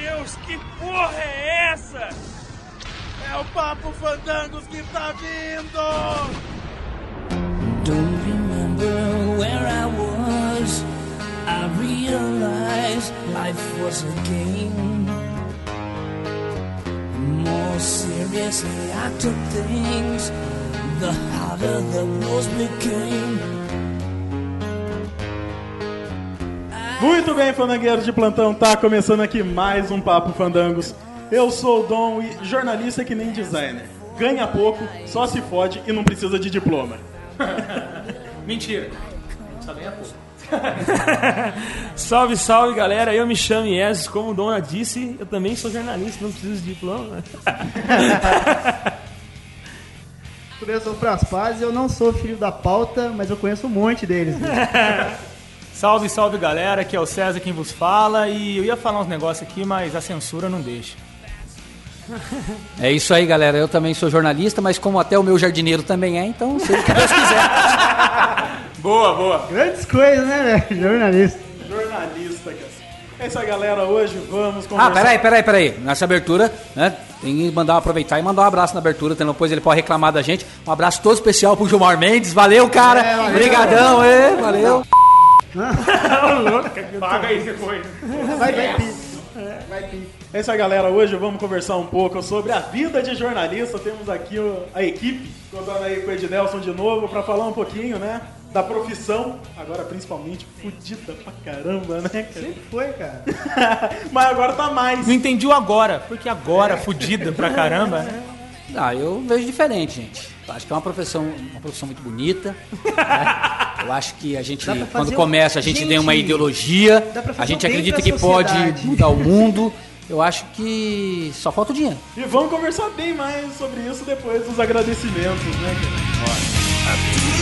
Deus, que porra é essa? É o Papo Fandangos que tá vindo! Don't remember where I was. I realized life was a game. More seriously I took things, the harder the blows became. Muito bem, fandangueiros de plantão, tá começando aqui mais um Papo Fandangos. Eu sou o Dom e jornalista que nem designer. Ganha pouco, só se fode e não precisa de diploma. Mentira, só ganha pouco. Salve, salve, galera, eu me chamo Ies, como o Dona disse, eu também sou jornalista, não preciso de diploma. Eu sou Praspaz e eu não sou filho da pauta, mas eu conheço um monte deles. Salve, salve, galera, aqui é o César quem vos fala e eu ia falar uns negócios aqui, mas a censura não deixa. É isso aí, galera, eu também sou jornalista, mas como até o meu jardineiro também é, então seja o que Deus quiser. Boa, boa. Grandes coisas, né, velho? Jornalista, cara. É isso aí, galera, hoje vamos conversar... Peraí. Nessa abertura, né, tem que aproveitar e mandar um abraço na abertura, depois ele pode reclamar da gente. Um abraço todo especial pro Gilmar Mendes, valeu, cara, obrigadão, valeu. Paga aí depois. Vai, É isso aí, galera. Hoje vamos conversar um pouco sobre a vida de jornalista. Temos aqui a equipe, contando aí com o Ednelson de novo, para falar um pouquinho, né, da profissão. Agora, principalmente, fudida pra caramba, né, cara? sempre foi, cara. Mas agora tá mais. Não entendi o agora, porque agora, fudida pra caramba, né? Ah, eu vejo diferente, gente. Eu acho que é uma profissão muito bonita. Né? Eu acho que a gente, quando começa, a gente tem uma ideologia, a gente acredita que pode mudar o mundo. Eu acho que só falta o dinheiro. E vamos conversar bem mais sobre isso depois dos agradecimentos, né, cara?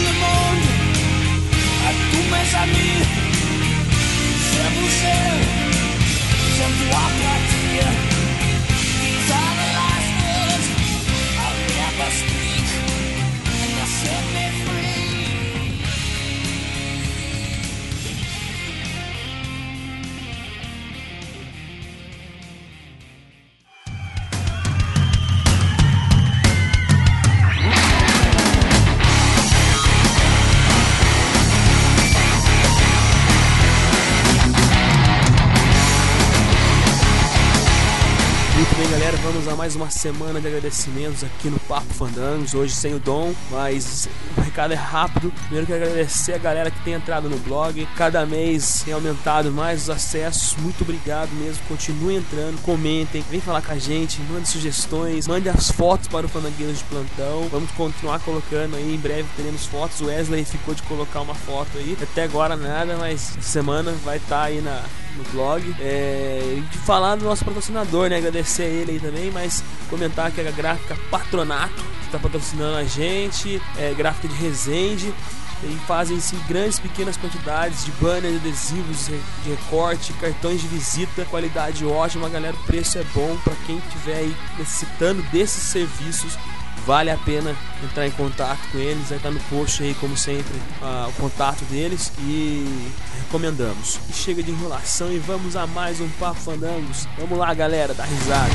Muito bem, galera, vamos a mais uma semana de agradecimentos aqui no Papo Fandangos. Hoje sem o Dom, mas o recado é rápido. Primeiro quero agradecer a galera que tem entrado no blog. Cada mês tem aumentado mais os acessos. Muito obrigado mesmo, continuem entrando, comentem, vem falar com a gente, mande sugestões, mande as fotos para o Fandangueiros de Plantão. Vamos continuar colocando aí, em breve teremos fotos. O Wesley ficou de colocar uma foto aí, até agora nada, mas essa semana vai estar aí no blog. E de falar do nosso patrocinador, né? Agradecer a ele aí também, mas comentar que a gráfica Patronato que está patrocinando a gente, gráfica de Resende, e fazem-se grandes, pequenas quantidades de banners, adesivos, de recorte, cartões de visita, qualidade ótima, galera, o preço é bom para quem estiver aí necessitando desses serviços. Vale a pena entrar em contato com eles, vai estar no post aí, como sempre, o contato deles, e recomendamos. E chega de enrolação e vamos a mais um Papo Fandangos. Vamos lá, galera, dá risada.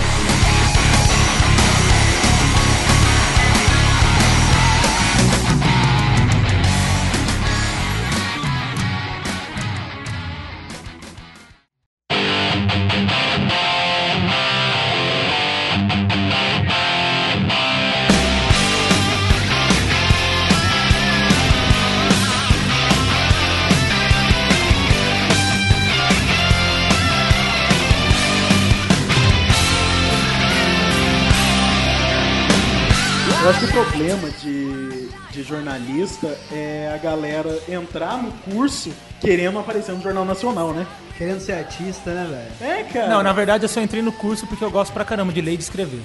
Eu acho que o problema de jornalista é a galera entrar no curso querendo aparecer no Jornal Nacional, né? Querendo ser artista, né, velho? É, cara. Não, na verdade eu só entrei no curso porque eu gosto pra caramba de ler e de escrever.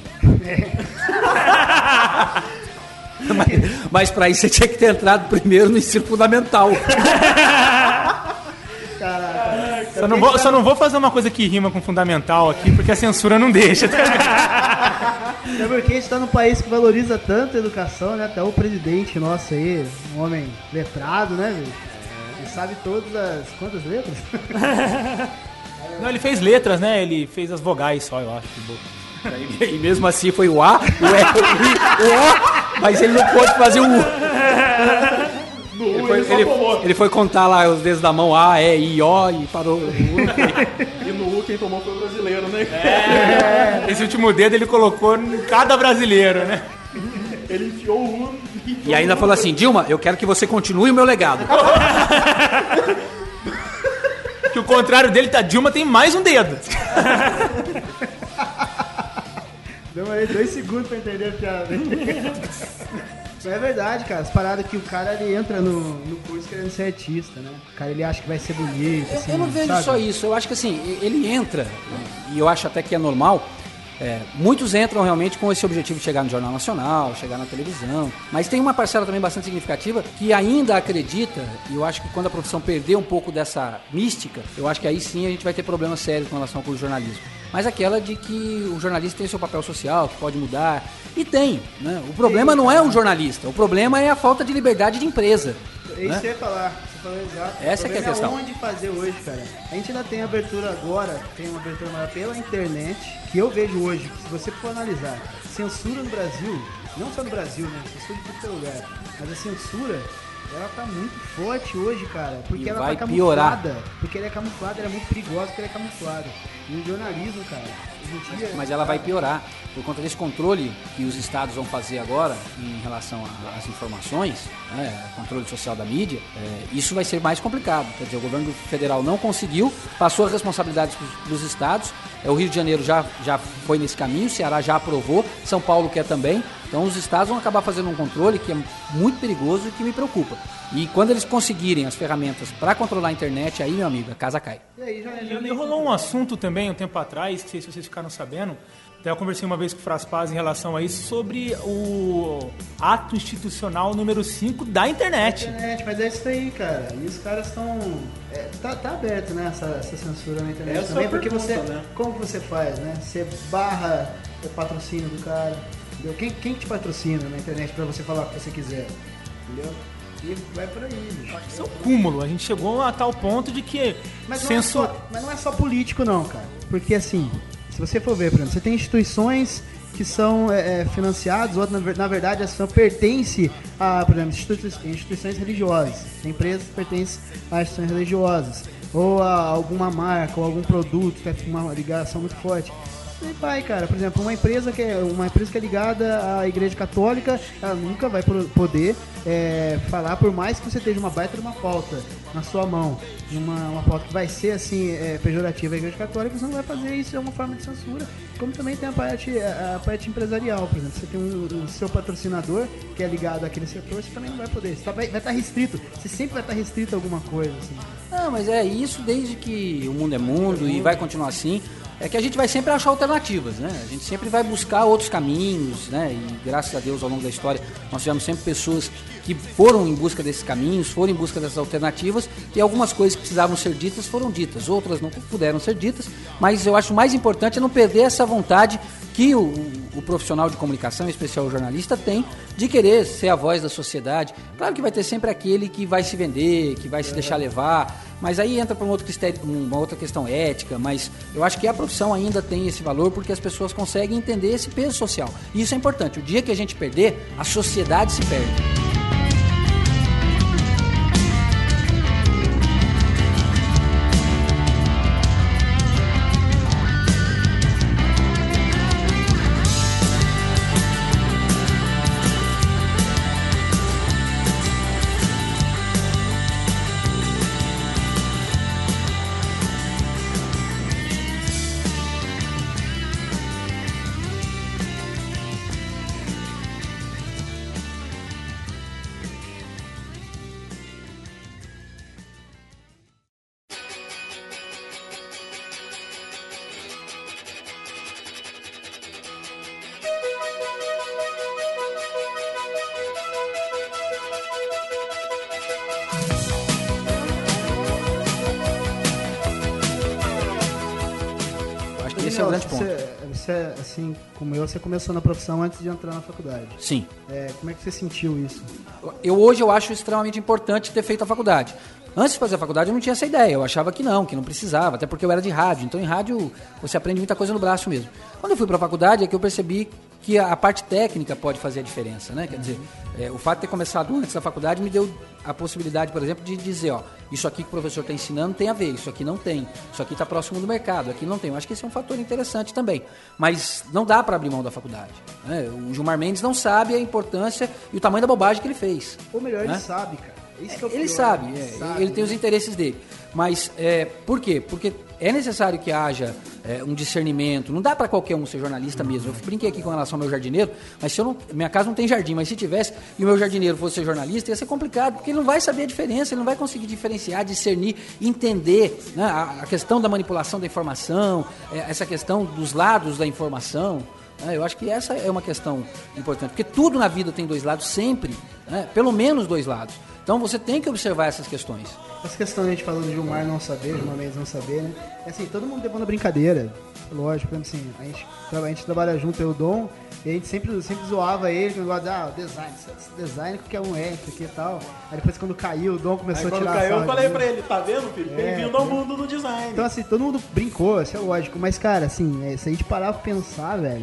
Mas pra isso você tinha que ter entrado primeiro no ensino fundamental. Caraca. Só não vou fazer uma coisa que rima com fundamental aqui, porque a censura não deixa. É porque a gente tá num país que valoriza tanto a educação, né? Até o presidente nosso aí, um homem letrado, né, velho? Ele sabe todas as... Quantas letras? Não, ele fez letras, né? Ele fez as vogais só, eu acho. E mesmo assim foi o A, o E, o O, mas ele não pôde fazer o U. Ele foi contar lá os dedos da mão, A, E, I, O, e parou no U. E no U quem tomou foi o brasileiro, né? Esse último dedo ele colocou em cada brasileiro, né? Ele enfiou o U. E ainda falou assim, Dilma, eu quero que você continue o meu legado. Que o contrário dele, tá, Dilma tem mais um dedo. Deu aí 2 segundos pra entender a piada. Mas é verdade, cara. As paradas que o cara ele entra no curso querendo ser artista, né? O cara ele acha que vai ser bonito. Assim, eu não vejo sabe? só isso. Eu acho que assim, ele entra, e eu acho até que é normal. Muitos entram realmente com esse objetivo de chegar no Jornal Nacional, chegar na televisão, mas tem uma parcela também bastante significativa que ainda acredita, e eu acho que quando a profissão perder um pouco dessa mística, eu acho que aí sim a gente vai ter problemas sérios com relação ao jornalismo. Mas aquela de que o jornalista tem seu papel social, que pode mudar, e tem, né? O problema não é o jornalista, o problema é a falta de liberdade de empresa. É isso que eu ia falar. Você falou exato. Essa é que é a questão. Onde fazer hoje, cara? A gente ainda tem abertura agora, tem uma abertura maior pela internet, que eu vejo hoje, se você for analisar, censura no Brasil, não só no Brasil, né? Censura de todo lugar, mas a censura, ela tá muito forte hoje, cara, porque ela tá camuflada. Piorar. Porque ela é camuflada, ela é muito perigosa porque ela é camuflada. E o jornalismo, cara, mas ela vai piorar por conta desse controle que os estados vão fazer agora em relação às informações, né, controle social da mídia. Isso vai ser mais complicado. Quer dizer, o governo federal não conseguiu, passou a responsabilidade para os estados. O Rio de Janeiro já foi nesse caminho, o Ceará já aprovou, São Paulo quer também. Então os estados vão acabar fazendo um controle que é muito perigoso e que me preocupa. E quando eles conseguirem as ferramentas para controlar a internet, aí, meu amigo, a casa cai. E rolou um assunto também um tempo atrás, que não sei se vocês ficaram sabendo, até eu conversei uma vez com o Fraspaz em relação a isso, sobre o ato institucional número 5 da internet. Mas é isso aí, cara. E os caras estão... Tá aberto, né, essa censura na internet também, porque você... Né? Como que você faz, né? Você barra o patrocínio do cara, entendeu? Quem te patrocina na internet pra você falar o que você quiser, entendeu? E vai por aí, bicho. Isso é um cúmulo. A gente chegou a tal ponto de que... Mas não é só político, não, cara. Porque, assim, se você for ver, por exemplo, você tem instituições que são financiadas, outras, na verdade, elas pertencem a, por exemplo, instituições religiosas. Empresas que pertencem a instituições religiosas. Ou a alguma marca, ou algum produto que tem uma ligação muito forte. E vai, cara, por exemplo, uma empresa que é ligada à Igreja Católica, ela nunca vai poder falar, por mais que você esteja uma baita de uma pauta na sua mão, uma pauta que vai ser assim pejorativa à Igreja Católica, você não vai fazer isso, é uma forma de censura. Como também tem a parte empresarial, por exemplo, você tem o seu patrocinador que é ligado àquele setor, você também não vai poder, você vai estar restrito, você sempre vai estar restrito a alguma coisa, assim. Não, mas é isso desde que o mundo é mundo e vai continuar assim. É que a gente vai sempre achar alternativas, né? A gente sempre vai buscar outros caminhos, né? E graças a Deus, ao longo da história, nós tivemos sempre pessoas que foram em busca desses caminhos, foram em busca dessas alternativas, e algumas coisas que precisavam ser ditas foram ditas, outras não puderam ser ditas, mas eu acho mais importante é não perder essa vontade que o profissional de comunicação, em especial o jornalista, tem de querer ser a voz da sociedade. Claro que vai ter sempre aquele que vai se vender, que vai se deixar levar, mas aí entra para uma outra questão ética, mas eu acho que a profissão ainda tem esse valor porque as pessoas conseguem entender esse peso social. E isso é importante. O dia que a gente perder, a sociedade se perde. Esse é o grande ponto. Você, assim como eu, você começou na profissão antes de entrar na faculdade. Sim. Como é que você sentiu isso? Hoje eu acho extremamente importante ter feito a faculdade. Antes de fazer a faculdade eu não tinha essa ideia, eu achava que não precisava, até porque eu era de rádio, então em rádio você aprende muita coisa no braço mesmo. Quando eu fui para a faculdade é que eu percebi que a parte técnica pode fazer a diferença, né? Quer dizer, o fato de ter começado antes da faculdade me deu a possibilidade, por exemplo, de dizer, ó, isso aqui que o professor está ensinando tem a ver, isso aqui não tem, isso aqui está próximo do mercado, aqui não tem. Eu acho que esse é um fator interessante também, mas não dá para abrir mão da faculdade, né? O Gilmar Mendes não sabe a importância e o tamanho da bobagem que ele fez. Ou melhor, né? Ele sabe, cara. Isso que é o ele pior, sabe, sabe, ele tem os interesses dele. Mas por quê? Porque é necessário que haja um discernimento. Não dá para qualquer um ser jornalista mesmo. Eu brinquei aqui com relação ao meu jardineiro, mas se eu não, minha casa não tem jardim, mas se tivesse e o meu jardineiro fosse ser jornalista, ia ser complicado, porque ele não vai saber a diferença, ele não vai conseguir diferenciar, discernir, entender, né, a questão da manipulação da informação, essa questão dos lados da informação. Eu acho que essa é uma questão importante, porque tudo na vida tem dois lados sempre, né? Pelo menos dois lados. Então você tem que observar essas questões. Essa questão que a gente falou do Gilmar não saber, Gilmar Mendes não saber, né? É assim, todo mundo levou na brincadeira. Lógico, por exemplo, assim, a gente trabalha junto, eu e o Dom, e a gente sempre zoava ele, que design que é um F aqui e tal. Aí depois quando caiu, o Dom começou a tirar quando caiu, eu falei pra ele, tá vendo, filho? Bem-vindo ao mundo do design. Então assim, todo mundo brincou, isso é lógico, mas cara, assim, se a gente parar pra pensar, velho,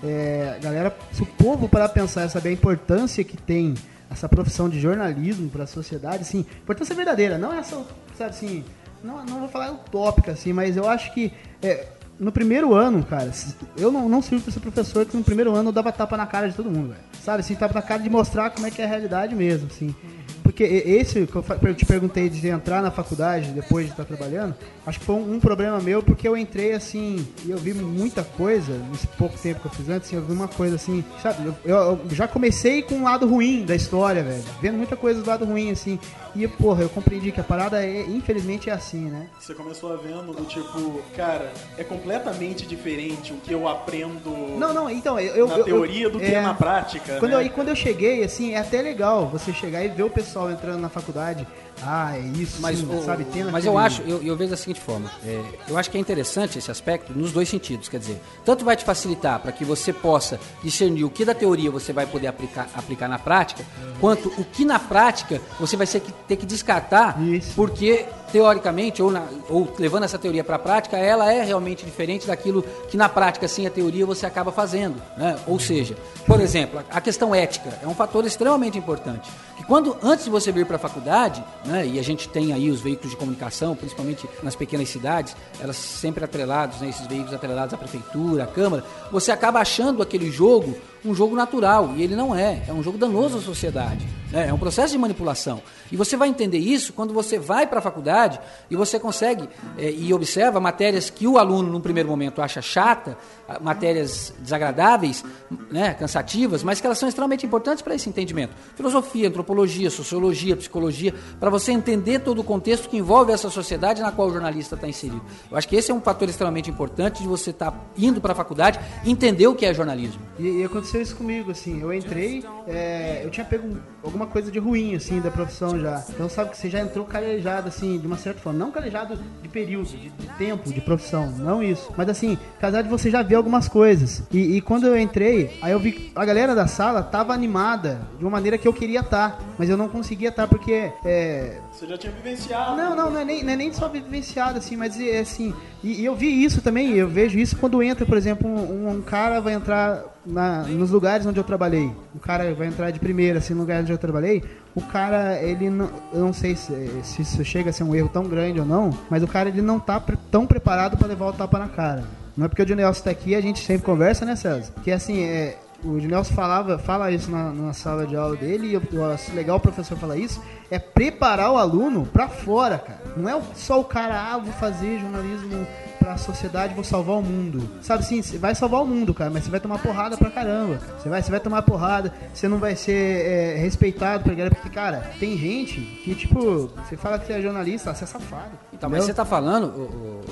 galera, se o povo parar pra pensar e saber a importância que tem essa profissão de jornalismo para a sociedade, assim, importância verdadeira, não é essa, sabe assim, não vou falar utópica, assim, mas eu acho que no primeiro ano, cara, eu não sirvo para ser professor, que no primeiro ano eu dava tapa na cara de todo mundo, velho, sabe, assim, tapa na cara de mostrar como é que é a realidade mesmo, assim, porque esse que eu te perguntei de entrar na faculdade depois de estar trabalhando, acho que foi um problema meu, porque eu entrei assim, e eu vi muita coisa, nesse pouco tempo que eu fiz antes, assim, eu vi uma coisa assim, sabe, eu já comecei com o lado ruim da história, velho, vendo muita coisa do lado ruim, assim, e, porra, eu compreendi que a parada, infelizmente, é assim, né? Você começou a vendo do tipo, cara, é completamente diferente o que eu aprendo então, na teoria do que é na prática, quando eu cheguei, assim, é até legal você chegar e ver o pessoal entrando na faculdade, é isso, mas, sim, sabe? Mas eu vejo da seguinte forma, eu acho que é interessante esse aspecto nos dois sentidos, quer dizer, tanto vai te facilitar para que você possa discernir o que da teoria você vai poder aplicar na prática, quanto o que na prática você vai ter que descartar, porque teoricamente, ou levando essa teoria para a prática, ela é realmente diferente daquilo que na prática, sem a teoria, você acaba fazendo, né? Ou seja, por exemplo, a questão ética é um fator extremamente importante, que antes de você vir para a faculdade, né, e a gente tem aí os veículos de comunicação, principalmente nas pequenas cidades, elas sempre atrelados, né, esses veículos atrelados à prefeitura, à Câmara, você acaba achando aquele jogo um jogo natural, e ele não é um jogo danoso à sociedade, né? É um processo de manipulação, e você vai entender isso quando você vai para a faculdade e você consegue e observa matérias que o aluno no primeiro momento acha chata, matérias desagradáveis, né, cansativas, mas que elas são extremamente importantes para esse entendimento. Filosofia, antropologia, sociologia, psicologia, para você entender todo o contexto que envolve essa sociedade na qual o jornalista está inserido. Eu acho que esse é um fator extremamente importante de você estar indo para a faculdade e entender o que é jornalismo. E aconteceu isso comigo, assim, eu entrei, eu tinha pego alguma coisa de ruim, assim, da profissão já. Então sabe que você já entrou calejado, assim, de uma certa forma. Não calejado de período, de tempo, de profissão, não isso. Mas assim, casado de você já ver algumas coisas. E quando eu entrei, aí eu vi que a galera da sala tava animada de uma maneira que eu queria estar, mas eu não conseguia estar porque... Você já tinha vivenciado. Não é nem só vivenciado, assim, mas assim... E eu vi isso também, eu vejo isso quando entra, por exemplo, um cara vai entrar nos lugares onde eu trabalhei. O cara vai entrar de primeira, assim, no lugar onde eu trabalhei. O cara, ele não... Eu não sei se isso chega a ser um erro tão grande ou não, mas o cara, ele não tá tão preparado para levar o tapa na cara. Não é porque o Dionelson tá aqui, a gente sempre conversa, né, César? Que assim, o Dionelson fala isso na sala de aula dele, e eu acho legal o professor falar isso, é preparar o aluno pra fora, cara. Não é só o cara, vou fazer jornalismo pra sociedade, vou salvar o mundo. Sabe assim, você vai salvar o mundo, cara, mas você vai tomar porrada pra caramba. Você vai tomar porrada, você não vai ser respeitado pra galera, porque, cara, tem gente que, tipo, você fala que você é jornalista, você é safado. Então, mas você tá falando,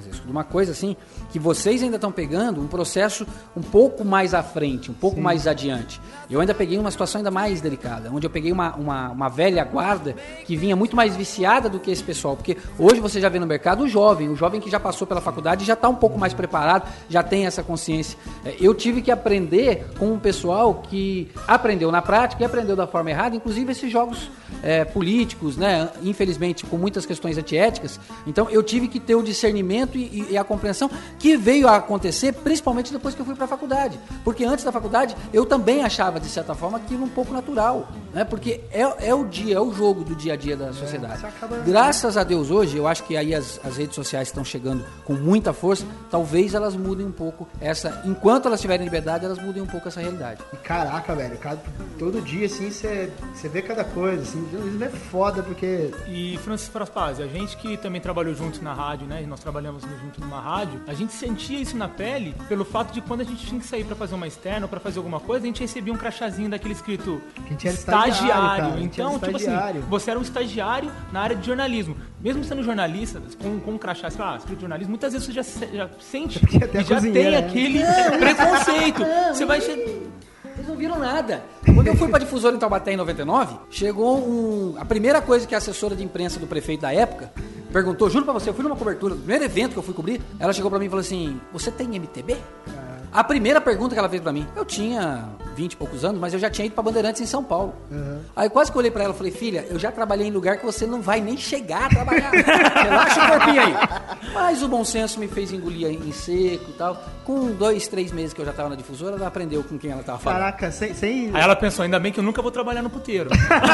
Francisco, de uma coisa assim, que vocês ainda estão pegando um processo um pouco mais à frente, um pouco mais adiante. Eu ainda peguei uma situação ainda mais delicada, onde eu peguei uma velha guarda que vinha muito mais viciada do que esse pessoal, porque hoje você já vê no mercado o jovem que já passou pela faculdade já está um pouco mais preparado, já tem essa consciência. Eu tive que aprender com um pessoal que aprendeu na prática e aprendeu da forma errada, inclusive esses jogos políticos, né? Infelizmente com muitas questões antiéticas. Então eu tive que ter o discernimento e a compreensão que veio a acontecer principalmente depois que eu fui para a faculdade, porque antes da faculdade eu também achava de certa forma aquilo um pouco natural, né? Porque é o jogo do dia a dia da sociedade. Graças a Deus hoje, eu acho que aí as redes sociais estão chegando com muita força, talvez elas mudem um pouco enquanto elas tiverem liberdade, elas mudem um pouco essa realidade. E caraca, velho, todo dia assim você vê cada coisa, assim, isso é foda porque... E Francisco Fraspaz, a gente que também trabalhou junto na rádio, né, nós trabalhamos junto numa rádio, a gente sentia isso na pele pelo fato de quando a gente tinha que sair pra fazer uma externa ou pra fazer alguma coisa, a gente recebia um crachazinho daquele escrito estagiário. Então, tipo assim, você era um estagiário na área de jornalismo. Mesmo sendo jornalista, com um crachá, sei lá, escrito jornalismo, muitas vezes você já sente e já tem aquele preconceito. Você vai... Eles não viram nada. Quando eu fui pra Difusora em Taubaté em 99, chegou a primeira coisa que a assessora de imprensa do prefeito da época perguntou, juro pra você, eu fui numa cobertura, no primeiro evento que eu fui cobrir, ela chegou pra mim e falou assim, você tem MTB? A primeira pergunta que ela fez pra mim, eu tinha 20 e poucos anos, mas eu já tinha ido pra Bandeirantes em São Paulo. Aí quase que eu olhei pra ela e falei, filha, eu já trabalhei em lugar que você não vai nem chegar a trabalhar. Relaxa o corpinho aí. Mas o bom senso me fez engolir em seco e tal. Com 2, 3 meses que eu já tava na Difusora, ela aprendeu com quem ela tava falando. Caraca, sem... Aí ela pensou, ainda bem que eu nunca vou trabalhar no puteiro.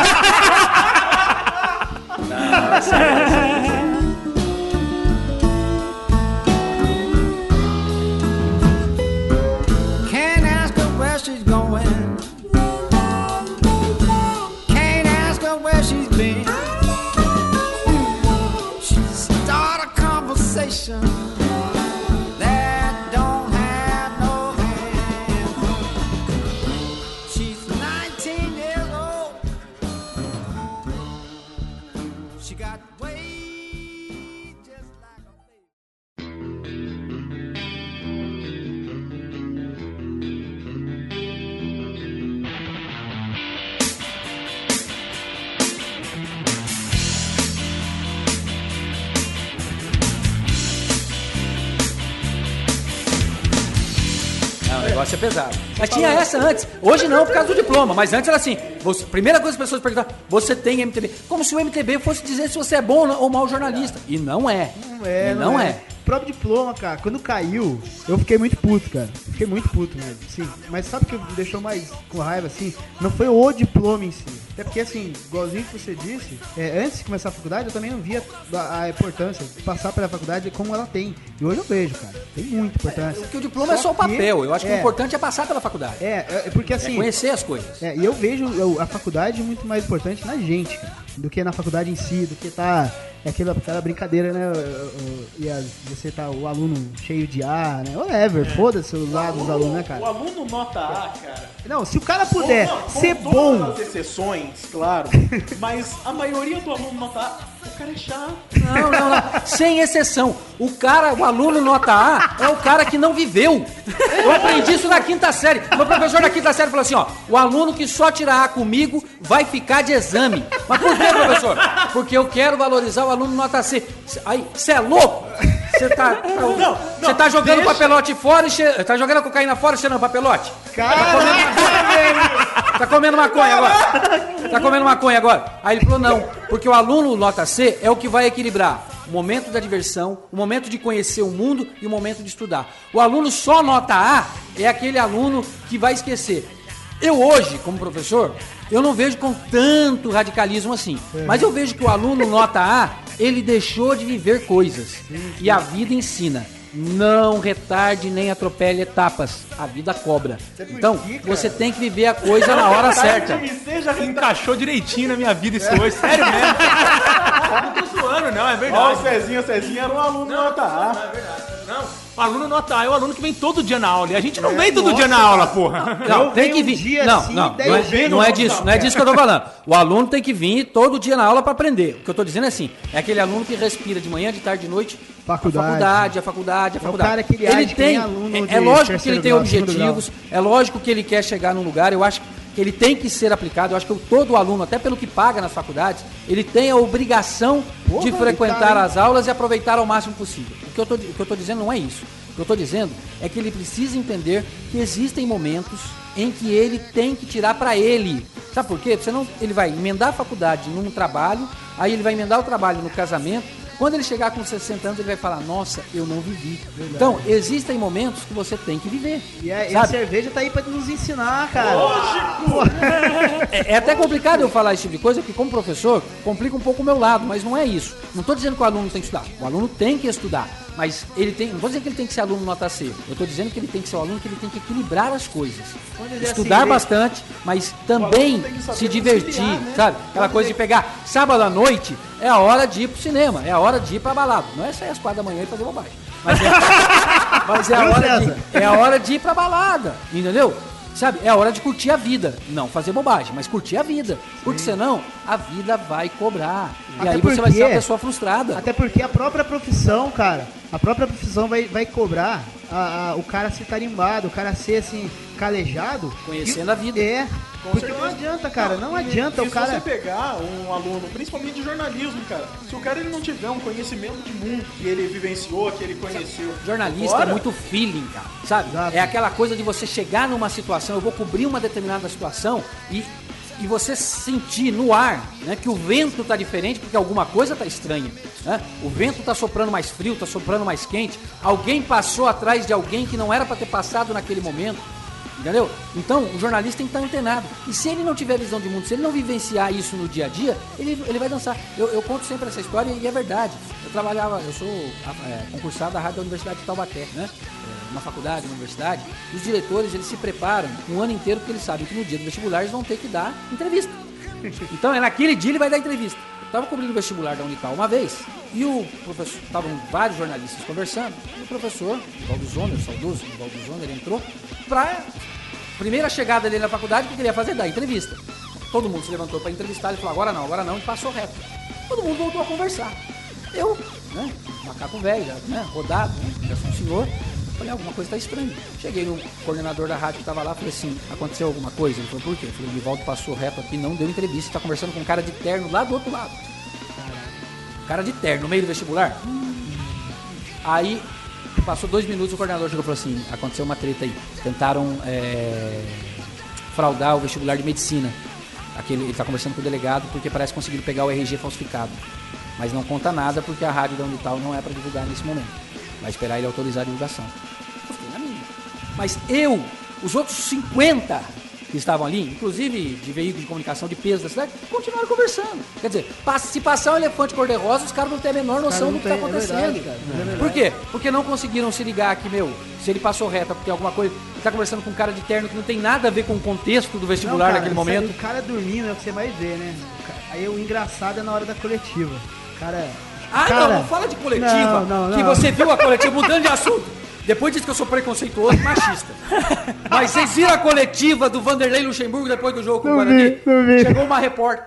She's going. Can't ask her where she's been. She start a conversation that don't have no end. She's 19 years old. She got way just like a baby. O negócio é pesado. Mas tinha essa antes. Hoje não, por causa do diploma. Mas antes era assim. Primeira coisa que as pessoas perguntavam, você tem MTB? Como se o MTB fosse dizer se você é bom ou mau jornalista. E não é. Não é. Próprio diploma, cara, quando caiu, eu fiquei muito puto, cara. Fiquei muito puto, né? Sim. Mas sabe o que me deixou mais com raiva, assim? Não foi o diploma em si. Até porque, assim, igualzinho que você disse, antes de começar a faculdade, eu também não via a importância de passar pela faculdade como ela tem. E hoje eu vejo, cara. Tem muita importância. Porque o diploma é só o papel. Eu acho que o importante é passar pela faculdade. Porque assim... conhecer as coisas. E eu vejo a faculdade muito mais importante na gente, cara, do que na faculdade em si, do que tá... aquela brincadeira, né? Você tá o aluno cheio de A, né? Whatever, foda-se o lado dos alunos, né, cara? O aluno nota A, cara. Não, se o cara puder ser bom... Todas as exceções, claro. Mas a maioria do aluno nota A, o cara é chato. Não. Sem exceção. O aluno nota A é o cara que não viveu. Eu aprendi isso na quinta série. Meu professor da quinta série falou assim, ó, o aluno que só tira A comigo vai ficar de exame. Mas por que, professor? Porque eu quero valorizar o aluno nota C. Aí, você é louco? Você tá jogando papelote fora e tá jogando a cocaína fora e cheirando papelote? Tá comendo maconha agora. Aí ele falou, não, porque o aluno nota C é o que vai equilibrar o momento da diversão, o momento de conhecer o mundo e o momento de estudar. O aluno só nota A é aquele aluno que vai esquecer. Eu hoje, como professor, eu não vejo com tanto radicalismo assim. Mas eu vejo que o aluno nota A, ele deixou de viver coisas. E a vida ensina. Não retarde nem atropele etapas. A vida cobra. Então, você tem que viver a coisa na hora certa. Encaixou direitinho na minha vida isso hoje. Sério mesmo. Não tô zoando, não, é verdade. Ó, o Cezinha era um aluno nota A. Não, é verdade. Não. O aluno nota A é o aluno que vem todo dia na aula. E a gente não vem todo dia na aula, porra. Não, tem que vir. Não é disso que eu tô falando. O aluno tem que vir todo dia na aula para aprender. O que eu tô dizendo é assim, é aquele aluno que respira de manhã, de tarde, de noite, a faculdade. É o cara que ele acha que tem aluno é lógico que ele tem objetivos, é lógico que ele quer chegar num lugar, eu acho que ele tem que ser aplicado, eu acho que todo aluno, até pelo que paga nas faculdades, ele tem a obrigação de frequentar as aulas e aproveitar ao máximo possível. O que eu tô dizendo não é isso. O que eu tô dizendo é que ele precisa entender que existem momentos em que ele tem que tirar para ele. Sabe por quê? Senão ele vai emendar a faculdade num trabalho, aí ele vai emendar o trabalho no casamento. Quando ele chegar com 60 anos, ele vai falar, nossa, eu não vivi. Verdade. Então, existem momentos que você tem que viver. E a cerveja tá aí pra nos ensinar, cara. Lógico! É até complicado eu falar esse tipo de coisa, porque como professor, complica um pouco o meu lado, mas não é isso. Não tô dizendo que o aluno tem que estudar. O aluno tem que estudar. Mas ele tem. Não tô dizendo que ele tem que ser aluno nota C. Eu tô dizendo que ele tem que ser um aluno que ele tem que equilibrar as coisas. Estudar assim, bastante, mas também se divertir, né? Sabe? Aquela coisa de pegar sábado à noite, é a hora de ir pro cinema, é a hora de ir pra balada. Não é sair às 4 da manhã e fazer bobagem. Mas é a hora de ir pra balada, entendeu? Sabe, é a hora de curtir a vida. Não fazer bobagem, mas curtir a vida. Porque senão, a vida vai cobrar. E aí você vai ser uma pessoa frustrada. Até porque a própria profissão, cara, vai cobrar o cara ser tarimbado, o cara ser assim, calejado. Conhecendo a vida. Porque não adianta, cara, não adianta o cara... Se você pegar um aluno, principalmente de jornalismo, cara, se o cara ele não tiver um conhecimento de mundo que ele vivenciou, que ele conheceu... Jornalista é muito feeling, cara, sabe? Exato. É aquela coisa de você chegar numa situação, eu vou cobrir uma determinada situação e você sentir no ar, né, que o vento tá diferente porque alguma coisa tá estranha, né? O vento tá soprando mais frio, tá soprando mais quente, alguém passou atrás de alguém que não era para ter passado naquele momento. Entendeu? Então, o jornalista tem que estar antenado. E se ele não tiver visão de mundo, se ele não vivenciar isso no dia a dia, ele vai dançar. Eu conto sempre essa história e é verdade. Eu sou concursado da Rádio da Universidade de Taubaté, né? Uma faculdade, uma universidade. Os diretores, eles se preparam um ano inteiro porque eles sabem que no dia do vestibular eles vão ter que dar entrevista. Então, naquele dia ele vai dar entrevista. Eu estava cobrindo o vestibular da Unical uma vez e o professor, estavam vários jornalistas conversando, e o professor, Valdo Zoner, saudoso Valdo Zoner, entrou para primeira chegada dele na faculdade, o que ele ia fazer? Dar entrevista. Todo mundo se levantou para entrevistar, ele falou, agora não, e passou reto. Todo mundo voltou a conversar. Eu, né, macaco velho, né, rodado, né, já sou um senhor, falei, alguma coisa está estranha. Cheguei no coordenador da rádio que estava lá, falei assim, aconteceu alguma coisa? Ele falou, por quê? Eu falei, o Nivaldo passou reto aqui, não deu entrevista, está conversando com um cara de terno lá do outro lado. Cara de terno, no meio do vestibular. Aí, passou 2 minutos, o coordenador chegou e falou assim, aconteceu uma treta aí. Tentaram fraudar o vestibular de medicina. Ele está conversando com o delegado porque parece que conseguiram pegar o RG falsificado. Mas não conta nada porque a rádio da Unital não é para divulgar nesse momento. Vai esperar ele autorizar a divulgação. Eu fiquei na minha. Mas os outros 50 que estavam ali, inclusive de veículos de comunicação de peso da cidade, continuaram conversando. Quer dizer, se passar um elefante cor-de-rosa, os caras não têm a menor noção do que está acontecendo. Por quê? Porque não conseguiram se ligar que, se ele passou reto porque alguma coisa, ele está conversando com um cara de terno que não tem nada a ver com o contexto do vestibular naquele momento. Aí, o cara dormindo é o que você mais vê, né? Aí o engraçado é na hora da coletiva. Não fala de coletiva. Não. Que você viu a coletiva, mudando de assunto. Depois disso que eu sou preconceituoso e machista. Mas vocês viram a coletiva do Vanderlei Luxemburgo depois do jogo com o Guarani? Chegou uma repórter,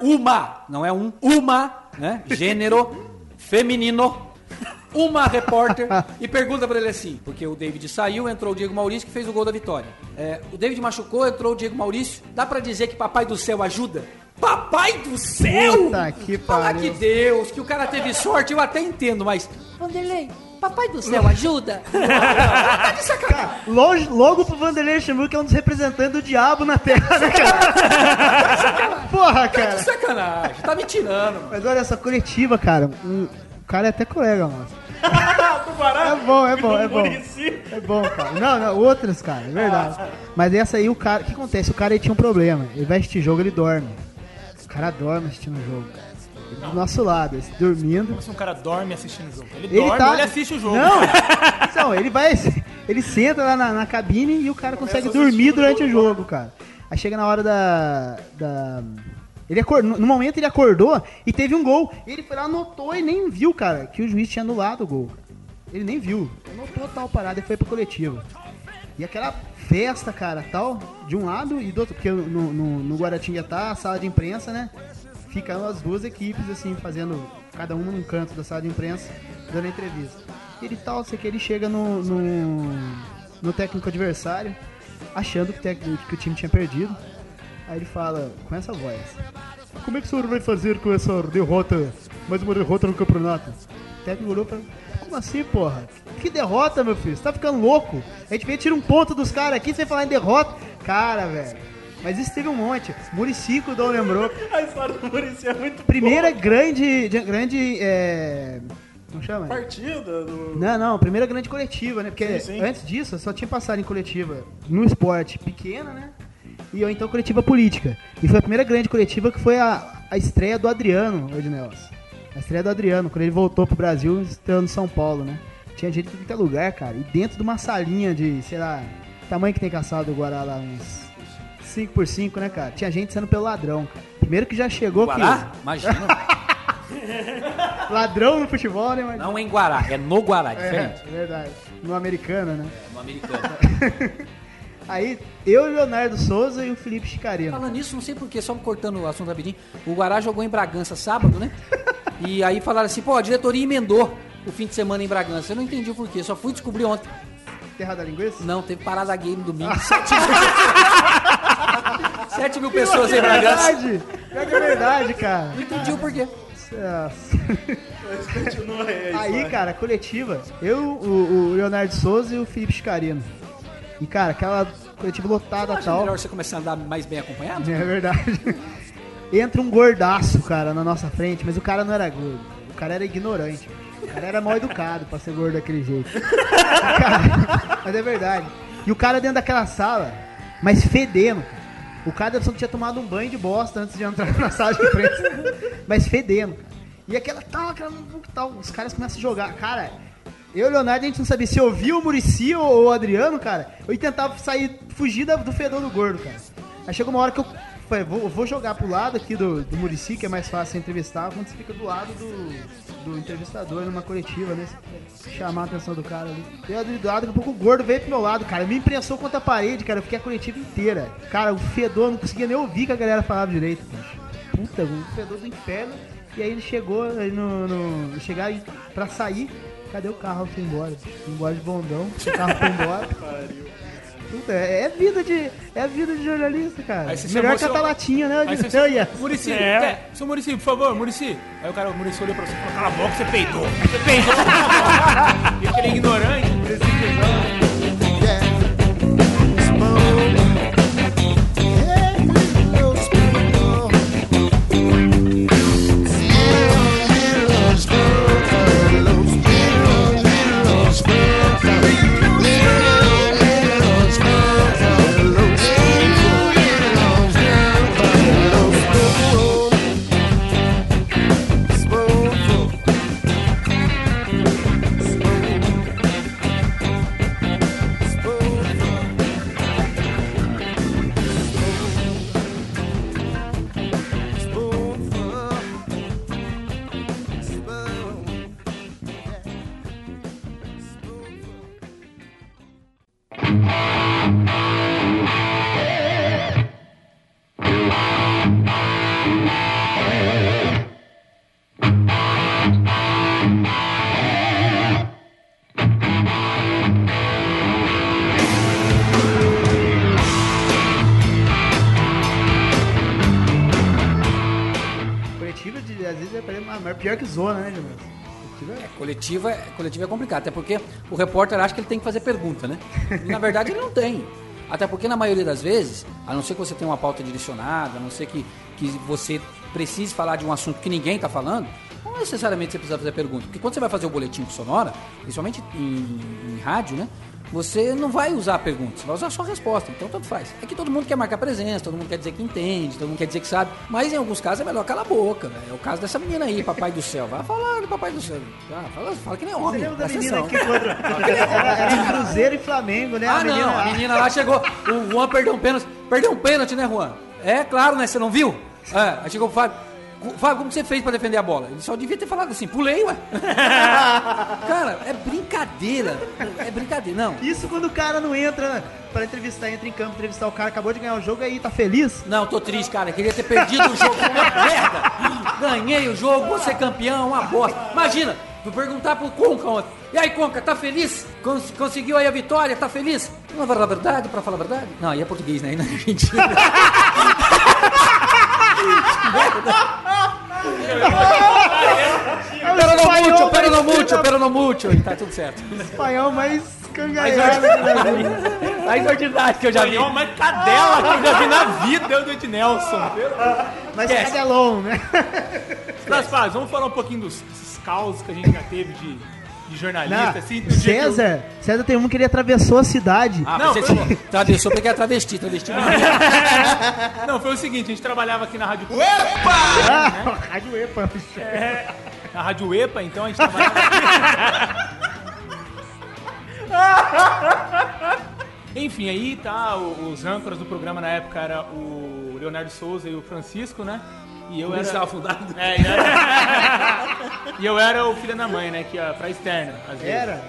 né? Gênero feminino, uma repórter, e pergunta pra ele assim, porque o David saiu, entrou o Diego Maurício que fez o gol da vitória. O David machucou, entrou o Diego Maurício. Dá pra dizer que Papai do Céu ajuda? Papai do Céu! Puta que Fala pariu. que Deus, que o cara teve sorte, eu até entendo, mas... Vanderlei, Papai do Céu ajuda? Tá de sacanagem. Logo pro Vanderlei Luxemburgo, que é um dos representantes do diabo na Terra, né, cara? Porra, cara. Tá de sacanagem, tá me tirando, mano. Mas olha essa coletiva, cara. O cara é até colega, mano. É bom. É bom, cara. Não, outras, cara, é verdade. Mas essa aí, o cara, o que acontece? O cara ele tinha um problema. Ele vai assistir jogo, ele dorme. O cara dorme assistindo o jogo, cara. Do nosso lado, dormindo. Como se um cara dorme assistindo o jogo? Ele dorme ou ele assiste o jogo? Não, ele senta lá na cabine e o cara consegue dormir durante o jogo, cara. Aí chega na hora ele acordou, no momento ele acordou e teve um gol. Ele foi lá, anotou e nem viu, cara, que o juiz tinha anulado o gol. ele nem viu. Eu não total parada e foi pra coletiva. E aquela festa, cara, tal, de um lado e do outro, porque no Guaratinguetá, a sala de imprensa, né? Ficam as duas equipes, assim, fazendo, cada uma num canto da sala de imprensa, dando entrevista. Ele tal, sei que ele chega no técnico adversário, achando que o time tinha perdido. Aí ele fala, com essa voz: como é que o senhor vai fazer com essa derrota, mais uma derrota no campeonato? O técnico olhou pra... Como assim, porra? Que derrota, meu filho? Você tá ficando louco? A gente veio tirar um ponto dos caras aqui, você vai falar em derrota? Cara, velho. Mas isso teve um monte. Muricy, o Dom lembrou. A história do Muricy é muito primeira boa. grande como chama? Partida do... Não, primeira grande coletiva, né? Porque sim. Antes disso, eu só tinha passado em coletiva no esporte pequena, né? E ou então coletiva política. E foi a primeira grande coletiva que foi a estreia do Adriano, Ednelson. A estreia do Adriano, quando ele voltou pro Brasil, estreando em São Paulo, né? Tinha gente de qualquer lugar, cara. E dentro de uma salinha de, sei lá, tamanho que tem caçado o Guará lá, uns 5x5, né, cara? Tinha gente saindo pelo ladrão, cara. Primeiro que já chegou... Guará? Imagina. Ladrão no futebol, né? Mas... Não é em Guará, é no Guará, diferente. É verdade. No americano, né? É no americano. Aí, eu, o Leonardo Souza e o Felipe Chicarino. Falando nisso, não sei porquê, só cortando o assunto rapidinho. O Guará jogou em Bragança sábado, né? E aí falaram assim, pô, a diretoria emendou o fim de semana em Bragança. Eu não entendi o porquê, só fui descobrir ontem. Terra da Linguiça? Não, teve parada gay no domingo. 7 mil pessoas em Bragança. É verdade, cara. Não entendi o porquê. Mas continua aí, cara, coletiva, eu, o Leonardo Souza e o Felipe Chicarino. E, cara, aquela coletiva lotada e tal. Melhor você começar a andar mais bem acompanhado? É verdade. Entra um gordaço, cara, na nossa frente, mas o cara não era gordo. O cara era ignorante. O cara era mal educado pra ser gordo daquele jeito. Cara, mas é verdade. E o cara dentro daquela sala, mas fedendo, cara. O cara só tinha tomado um banho de bosta antes de entrar na sala de imprensa. Mas fedendo, cara. E aquela tal, os caras começam a jogar. Cara, eu e o Leonardo, a gente não sabia se ouvia o Muricy ou o Adriano, cara. Eu tentava fugir do fedor do gordo, cara. Aí chegou uma hora que eu falei, vou jogar pro lado aqui do Muricy, que é mais fácil entrevistar, quando você fica do lado do entrevistador numa coletiva, né? Chamar a atenção do cara ali. Eu do lado, daqui a pouco o gordo veio pro meu lado, cara. Me imprensou contra a parede, cara. Eu fiquei a coletiva inteira. Cara, o fedor, eu não conseguia nem ouvir que a galera falava direito, bicho. Puta, um fedor do inferno. E aí ele chegou, aí chegar aí pra sair, cadê o carro? Foi embora. Foi embora de bondão, o carro foi embora. Puta, é a vida de jornalista, cara. Melhor que a latinha, né? Muricy, seu Muricy, por favor, Muricy. Aí o cara, o Muricy olhou pra você e falou, cala a boca, você peidou. Você peidou. E aquele ignorante. Pior que zona, né, Gilberto? Coletiva é complicado, até porque o repórter acha que ele tem que fazer pergunta, né? E na verdade ele não tem. Até porque na maioria das vezes, a não ser que você tenha uma pauta direcionada, a não ser que você precise falar de um assunto que ninguém está falando, não necessariamente você precisa fazer pergunta. Porque quando você vai fazer o boletim sonora, principalmente em rádio, né? Você não vai usar a pergunta, você vai usar só a resposta, então tanto faz. É que todo mundo quer marcar presença, todo mundo quer dizer que entende, todo mundo quer dizer que sabe, mas em alguns casos é melhor calar a boca, velho. É o caso dessa menina aí, Papai do Céu. Vai falar do Papai do Céu. Fala que nem homem. Você lembra da menina aqui contra... Era Cruzeiro e Flamengo, né? A menina lá chegou, o Juan perdeu um pênalti, né, Juan? É, claro, né, você não viu? Aí chegou o Fábio. Fábio, como você fez pra defender a bola? Ele só devia ter falado assim, pulei, ué. Cara, é brincadeira. É brincadeira, não. Isso quando o cara não entra pra entrevistar, entra em campo, entrevistar o cara, acabou de ganhar o jogo, aí tá feliz? Não, tô triste, cara. Queria ter perdido o jogo, uma merda. Ganhei o jogo, vou ser campeão, uma bosta. Imagina, vou perguntar pro Conca ontem. E aí, Conca, tá feliz? Conseguiu aí a vitória, tá feliz? Não vai falar a verdade, pra falar a verdade? Não, aí é português, né? Aí na Argentina. Pero no mucho. E tá tudo certo. Espanhol mais cangalhado. Mais ordinário que eu já vi. Espanhol mais cadela que eu já vi na vida do Ednelson. Mas cadelão, né? Mas, Fábio, vamos falar um pouquinho dos causos que a gente já teve de jornalista, assim. César tem um que ele atravessou a cidade. Não, você falou, atravessou porque é travesti. Não, foi o seguinte, a gente trabalhava aqui na Rádio Rádio EPA. Na Rádio EPA, então a gente trabalhava Enfim, aí tá, os âncoras do programa na época era o Leonardo Souza e o Francisco, né? E eu era fundado. E eu era o filho da mãe, né? Que ia pra externa, às vezes. Era?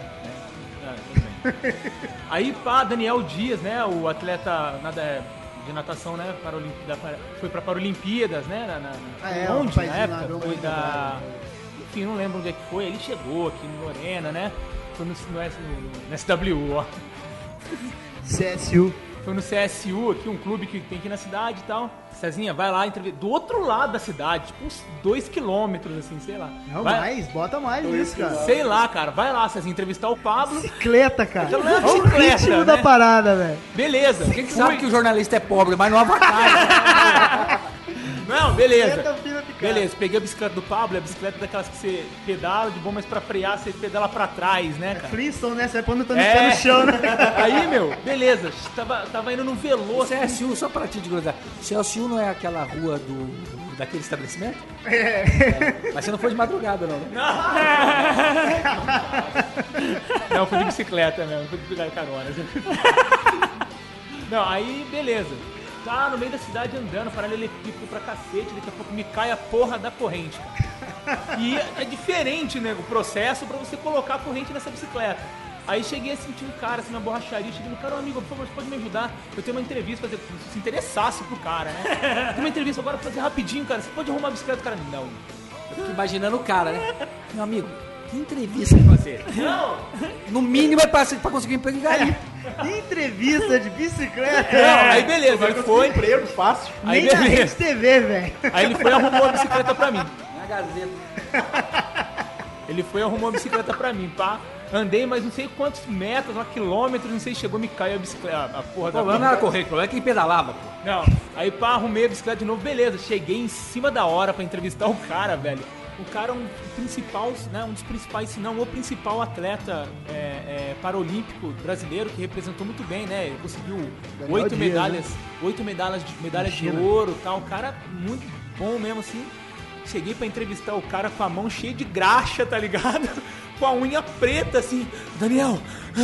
Aí, pá, Daniel Dias, né? O atleta de natação, né? Foi pra Paralimpíadas, né? Onde, na época? Foi da... Enfim, não lembro onde é que foi. Ele chegou aqui em Lorena, né? Foi no SWU, ó. CSU. Foi no CSU, aqui, um clube que tem aqui na cidade e tal. Cezinha, vai lá, do outro lado da cidade, tipo uns 2 quilômetros, assim, sei lá. Não, bota mais isso, cara. Sei lá, cara, vai lá, Cezinha, entrevistar o Pablo. Bicicleta, cara. Olha o ritmo da parada, velho. Beleza. Quem que sabe que o jornalista é pobre, mas não avacalha. Não, beleza. Beleza, peguei a bicicleta do Pablo, a bicicleta daquelas que você pedala de bom, mas pra frear você pedala pra trás, né, cara? Flintstone, né? Você vai pondo o pé no chão, né? Aí, meu, beleza, tava indo num Veloso. CSU, só para te desgrudar. CSU não é aquela rua daquele estabelecimento? Mas você não foi de madrugada, não, né? Não, fui de bicicleta mesmo, fui de carona. Não, aí, beleza. Tá no meio da cidade andando, paralelepípedo pra cacete, daqui a pouco me cai a porra da corrente, cara. E é diferente, né, o processo pra você colocar a corrente nessa bicicleta. Aí cheguei a sentir um cara assim na borracharia, cheguei no cara, amigo, por favor, você pode me ajudar? Eu tenho uma entrevista pra fazer, se interessasse pro cara, né? Tem uma entrevista agora pra fazer rapidinho, cara, você pode arrumar a bicicleta? O cara, não. Eu fico imaginando o cara, né? Meu amigo, que entrevista que fazer? Não! No mínimo é pra conseguir um emprego em garimpo. Entrevista de bicicleta. Não, aí beleza, ele foi. Emprego fácil. Aí Nem na beleza. Rede TV, velho. Aí ele foi e arrumou a bicicleta pra mim. Na Gazeta. Ele foi e arrumou a bicicleta pra mim, pá. Andei mais não sei quantos metros, quilômetros, não sei, chegou, me caiu a bicicleta, a porra da... O problema não era correr, o problema é quem pedalava, pô. Não, aí pá, arrumei a bicicleta de novo, beleza, cheguei em cima da hora pra entrevistar o cara, velho. O cara é um dos principais, se não o principal atleta paralímpico brasileiro, que representou muito bem, né? Ele conseguiu 8 medalhas de ouro e tal. O cara muito bom mesmo, assim. Cheguei pra entrevistar o cara com a mão cheia de graxa, tá ligado? Com a unha preta, assim. Daniel...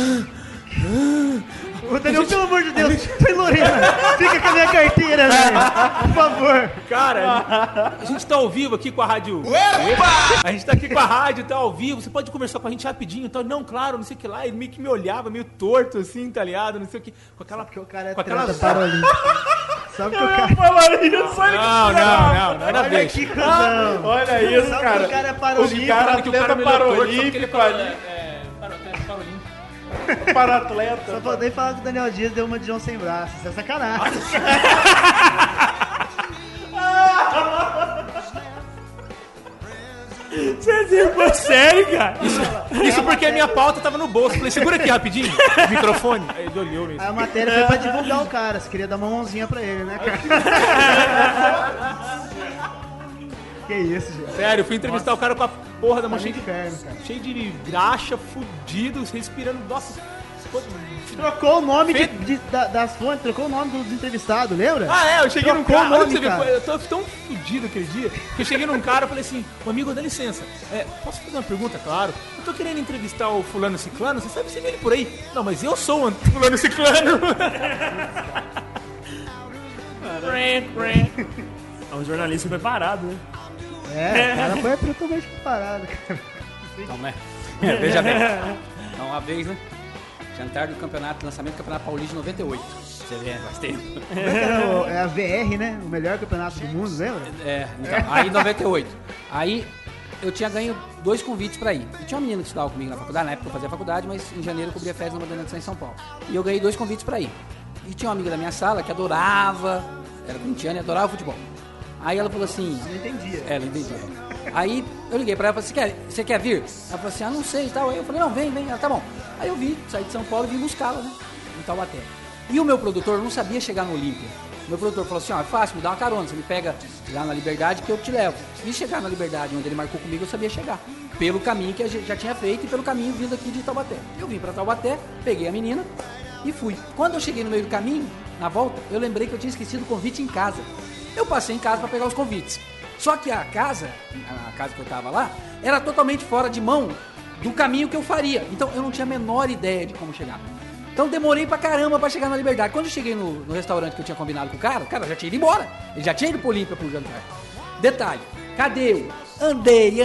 Ô, Daniel, pelo amor de Deus, foi Lorena, fica com a minha carteira, velho, por favor. Cara, a gente tá ao vivo aqui com a rádio. A gente tá aqui com a rádio, tá ao vivo, você pode conversar com a gente rapidinho e tal. Não, claro, não sei o que lá. Ele meio que me olhava, meio torto assim, tá ligado? Não sei o que. Com aquela... Porque o cara é com aquela... Sabe que o cara... falar isso, olha Não, nada a ver. Olha que cuzão. Olha isso, Sabe cara. que o cara é paralímpico. O cara que o cara atleta me torto, só porque ele paralímpico ali. Paralímpico. Para atleta. Só podem falar que o Daniel Dias deu uma de João sem braço. Isso é sacanagem. Você foi sério, cara? Isso porque a minha pauta tava no bolso. Falei, segura aqui rapidinho o microfone. Aí ele olhou mesmo. A matéria foi pra divulgar o cara. Você queria dar uma mãozinha pra ele, né, cara? Que isso, gente. Sério, eu fui entrevistar o cara com a porra da mão cheia de inferno, cara. cheio de graxa, fudido, respirando. Nossa, Trocou o nome das fontes, trocou o nome dos entrevistados, lembra? Eu cheguei num Trocou cara, o nome, olha pra você cara. ver, eu tô tão fudido aquele dia, que eu cheguei num cara e falei assim, ô amigo, dá licença, posso fazer uma pergunta, claro? Eu tô querendo entrevistar o fulano ciclano, você sabe se vê ele por aí? Não, mas eu sou o fulano ciclano. É um jornalista preparado, né? O cara foi totalmente preparado, cara. Então, né? Veja bem. Então, uma vez, né? Jantar do campeonato, lançamento do Campeonato Paulista de 98. Você vê, faz tempo. É a VR, né? O melhor campeonato do mundo, lembra? Então, aí em 98. Aí eu tinha ganho 2 convites pra ir. E tinha uma menina que estudava comigo na faculdade, na época eu fazia faculdade, mas em janeiro eu cobria férias na Bandeirantes em São Paulo. E eu ganhei 2 convites pra ir. E tinha uma amiga da minha sala que adorava, era corintiana e adorava futebol. Aí ela falou assim... Não entendia. Ela entendia. Aí eu liguei pra ela e falei, você quer vir? Ela falou assim, não sei e tal. Aí eu falei, não, vem. Ela, tá bom. Aí eu saí de São Paulo e vim buscá-la, né? Em Taubaté. E o meu produtor não sabia chegar no Olímpia. O meu produtor falou assim, é fácil, me dá uma carona, você me pega lá na Liberdade que eu te levo. E chegar na Liberdade, onde ele marcou comigo, eu sabia chegar. Pelo caminho que a gente já tinha feito e pelo caminho vindo aqui de Taubaté. Eu vim pra Taubaté, peguei a menina e fui. Quando eu cheguei no meio do caminho, na volta, eu lembrei que eu tinha esquecido o convite em casa. Eu passei em casa pra pegar os convites. Só que a casa que eu tava lá, era totalmente fora de mão do caminho que eu faria. Então eu não tinha a menor ideia de como chegar. Então demorei pra caramba pra chegar na Liberdade. Quando eu cheguei no restaurante que eu tinha combinado com o cara já tinha ido embora. Ele já tinha ido pro Olímpia pro jantar. Detalhe, cadê eu? Andei.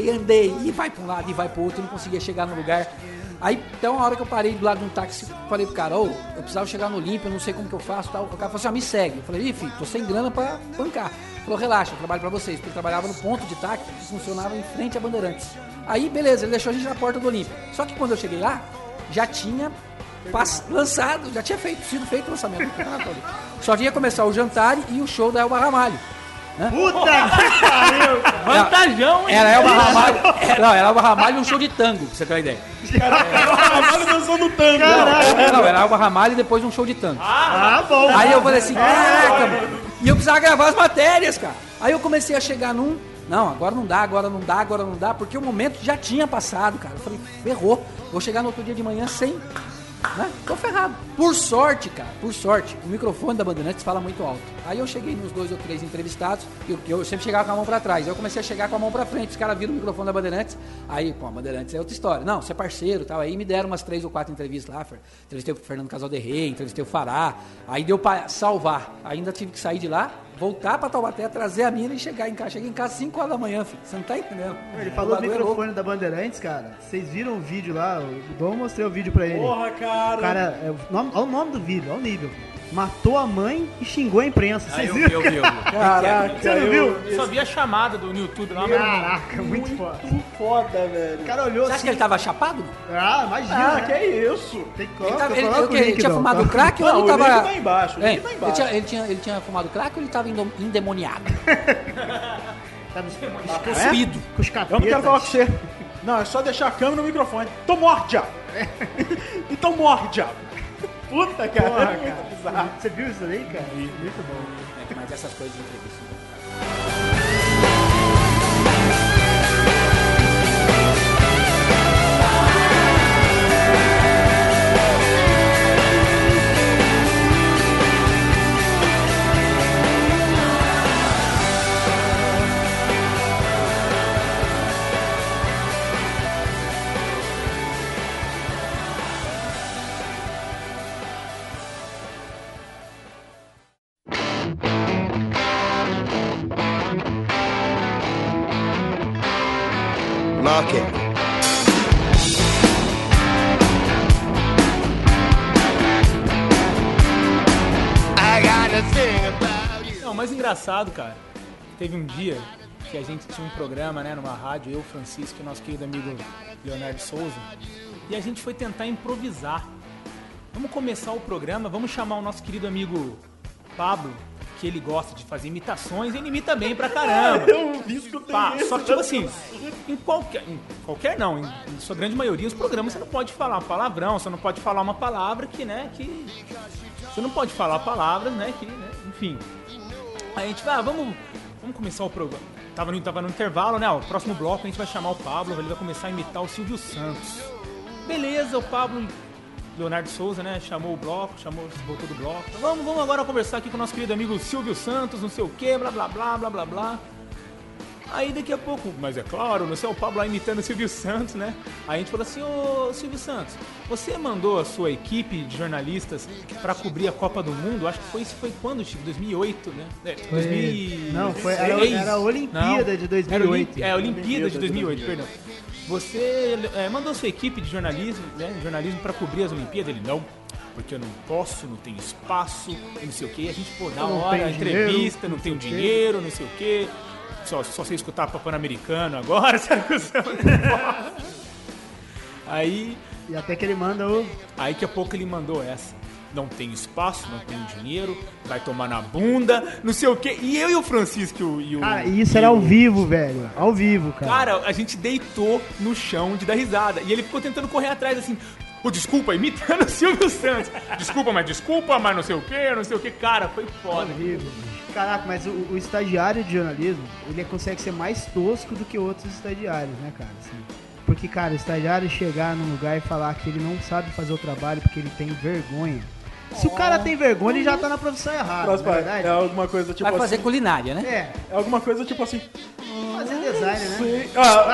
E vai pra um lado e vai pro outro. Eu não conseguia chegar no lugar. Aí, então, a hora que eu parei do lado de um táxi, falei pro cara, eu precisava chegar no Olímpia, eu não sei como que eu faço, tal. O cara falou assim, me segue. Eu falei, filho, tô sem grana pra bancar. Ele falou, relaxa, eu trabalho pra vocês. Porque eu trabalhava no ponto de táxi que funcionava em frente a Bandeirantes. Aí, beleza, ele deixou a gente na porta do Olímpia. Só que quando eu cheguei lá, já tinha lançado, já tinha sido feito o lançamento do campeonato. Só ia começar o jantar e o show da Elba Ramalho. Puta que pariu! Vantajão, hein? Era Elba Ramalho. Era Elba Ramalho e um show de tango, pra você ter uma ideia. Elba Ramalho dançando tango. Não, era Elba Ramalho e depois um show de tango. Bom. Aí eu falei assim, caraca, mano. E eu precisava gravar as matérias, cara. Aí eu comecei a chegar não, agora não dá, porque o momento já tinha passado, cara. Eu falei, ferrou. Vou chegar no outro dia de manhã sem... né? Tô ferrado. Por sorte, o microfone da Bandeirantes fala muito alto. Aí eu cheguei nos 2 ou 3 entrevistados, eu sempre chegava com a mão pra trás. Aí eu comecei a chegar com a mão pra frente. Os caras viram o microfone da Bandeirantes. Aí, a Bandeirantes é outra história. Não, você é parceiro e tal. Aí me deram umas 3 ou 4 entrevistas lá. Entrevistei o Fernando Casalderrey, entrevistei o Fará. Aí deu pra salvar. Ainda tive que sair de lá, voltar pra Taubaté, trazer a mina e chegar em casa. Cheguei em casa 5 horas da manhã, filho. Você não tá entendendo. Ele falou do microfone da Bandeirantes, cara. Vocês viram o vídeo lá? Eu mostrei o vídeo pra ele. Porra, cara. Cara, olha o nome do vídeo, olha o nível. Matou a mãe e xingou a imprensa. Vocês viram? Eu vi. Caraca, Você não viu? Eu só vi a chamada do YouTube lá. Caraca, muito foda. Foda, velho. O cara olhou Você acha assim. que ele tava chapado? Imagina. Que é isso? Tem que Ele tinha fumado crack ou ele O tava... link tá embaixo, o link tá embaixo. Ele tinha fumado crack ou ele tava endemoniado? Tá Possuído. com os Eu capetas. não quero falar com você. Não, é só deixar a câmera no microfone. Então morre, diabo. Então morre, diabo. Puta, cara. Porra, É muito cara. bizarro. Você viu isso aí, cara? Muito bom. Mas essas coisas de entrevista. Knocking. I got a thing about you. Não, o mais engraçado, cara, teve um dia que a gente tinha um programa, né, numa rádio, eu, Francisco e nosso querido amigo Leonardo Souza, e a gente foi tentar improvisar. Vamos começar o programa, vamos chamar o nosso querido amigo Pablo, que ele gosta de fazer imitações, ele imita bem pra caramba. Eu vi isso que eu tenho isso. Só que, tipo assim, em sua grande maioria, os programas você não pode falar palavrão, você não pode falar uma palavra que, né, que... Você não pode falar palavras, né, que, né, enfim. Aí a gente vai, vamos começar o programa. Tava no intervalo, né, o próximo bloco a gente vai chamar o Pablo, ele vai começar a imitar o Silvio Santos. Beleza, o Pablo... Leonardo Souza, né, chamou o bloco, voltou do bloco. Vamos agora conversar aqui com o nosso querido amigo Silvio Santos, não sei o que, blá blá blá blá blá blá. Aí daqui a pouco, mas é claro, não sei, o Pablo lá imitando o Silvio Santos, né? Aí a gente falou assim, ô Silvio Santos, você mandou a sua equipe de jornalistas pra cobrir a Copa do Mundo? Acho que isso foi quando, Chico? 2008, né? Não, era a Olimpíada de 2008. A Olimpíada de 2008, perdão. Você mandou a sua equipe de jornalismo pra cobrir as Olimpíadas? Ele, não, porque eu não posso, não tenho espaço, e não sei o que. A gente, na hora, entrevista, não tenho dinheiro, não sei o que. Só sei escutar para Pan-Americano agora, sabe? Aí... E até que ele manda o... Aí daqui a pouco ele mandou essa. Não tem espaço, não tem dinheiro, vai tomar na bunda, não sei o quê. E eu e o Francisco e o... Cara, isso era ao vivo, velho. Ao vivo, cara. Cara, a gente deitou no chão de dar risada. E ele ficou tentando correr atrás, assim... desculpa, imitando o Silvio Santos. Desculpa, mas não sei o quê. Cara, foi foda. Horrível. Caraca, mas o estagiário de jornalismo, ele consegue ser mais tosco do que outros estagiários, né, cara? Assim, porque, cara, o estagiário chegar num lugar e falar que ele não sabe fazer o trabalho porque ele tem vergonha. Se o cara tem vergonha, ele já tá na profissão errada, na verdade. É alguma coisa tipo vai fazer assim, culinária, né? É alguma coisa tipo assim... Fazer design, né?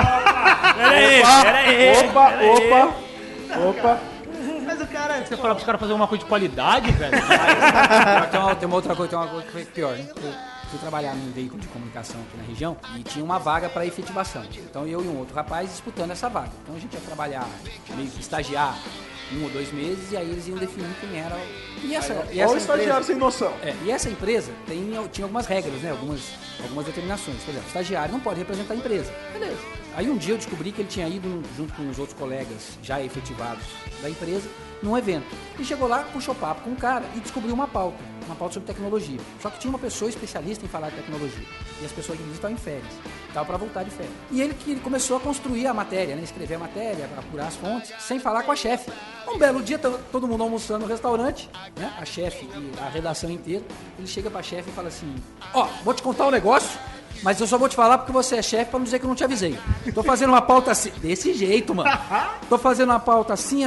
Opa. Mas o cara... Você falar pros caras fazer uma coisa de qualidade, velho? Tem uma outra coisa que foi pior, né? Eu fui trabalhar num veículo de comunicação aqui na região e tinha uma vaga para efetivação. Então eu e um outro rapaz disputando essa vaga. Então a gente ia trabalhar, meio que estagiar 1 ou 2 meses e aí eles iam definir quem era. E essa estagiário sem noção. E essa empresa tinha algumas regras, né? Algumas determinações. Por exemplo, o estagiário não pode representar a empresa. Beleza. Aí um dia eu descobri que ele tinha ido junto com os outros colegas já efetivados da empresa num evento. E chegou lá, puxou papo com o cara e descobriu uma pauta sobre tecnologia. Só que tinha uma pessoa especialista em falar de tecnologia. E as pessoas que estavam em férias. Estava para voltar de férias. E ele começou a construir a matéria, né? Escrever a matéria, apurar as fontes, sem falar com a chefe. Um belo dia, todo mundo almoçando no restaurante, né? A chefe e a redação inteira. Ele chega para a chefe e fala assim, vou te contar um negócio, mas eu só vou te falar porque você é chefe pra não dizer que eu não te avisei. Tô fazendo uma pauta assim, desse jeito, mano. Tô fazendo uma pauta assim.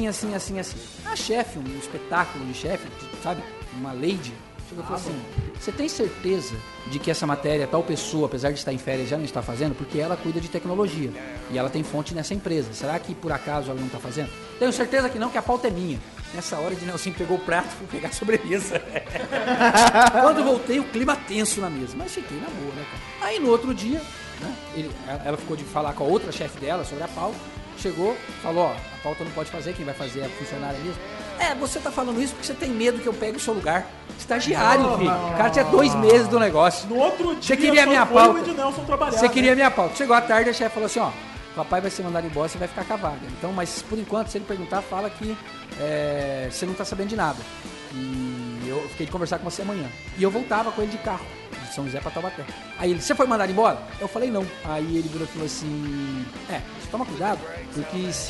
A chefe, um espetáculo de chefe, sabe? Uma lady, chegou e falou assim, você tem certeza de que essa matéria, tal pessoa, apesar de estar em férias, já não está fazendo? Porque ela cuida de tecnologia e ela tem fonte nessa empresa. Será que por acaso ela não está fazendo? Tenho certeza que não, que a pauta é minha. Nessa hora, de Nelson pegou o prato e foi pegar a sobremesa. Quando eu voltei, o clima tenso na mesa. Mas fiquei na boa, né, cara? Aí no outro dia, né, ela ficou de falar com a outra chefe dela sobre a pauta. Chegou, falou, a pauta não pode fazer, quem vai fazer é a funcionária mesmo. Você tá falando isso porque você tem medo que eu pegue o seu lugar. Estagiário, filho. O cara tinha 2 meses do negócio. No outro dia, você queria minha pauta. Você queria minha pauta. Chegou à tarde, a chefe falou assim, o papai vai ser mandado embora, você vai ficar com a vaga. Então, mas por enquanto, se ele perguntar, fala que você não tá sabendo de nada. E eu fiquei de conversar com você amanhã. E eu voltava com ele de carro, de São José pra Taubaté. Aí ele, você foi mandado embora? Eu falei, não. Aí ele virou e falou assim, você toma cuidado, porque se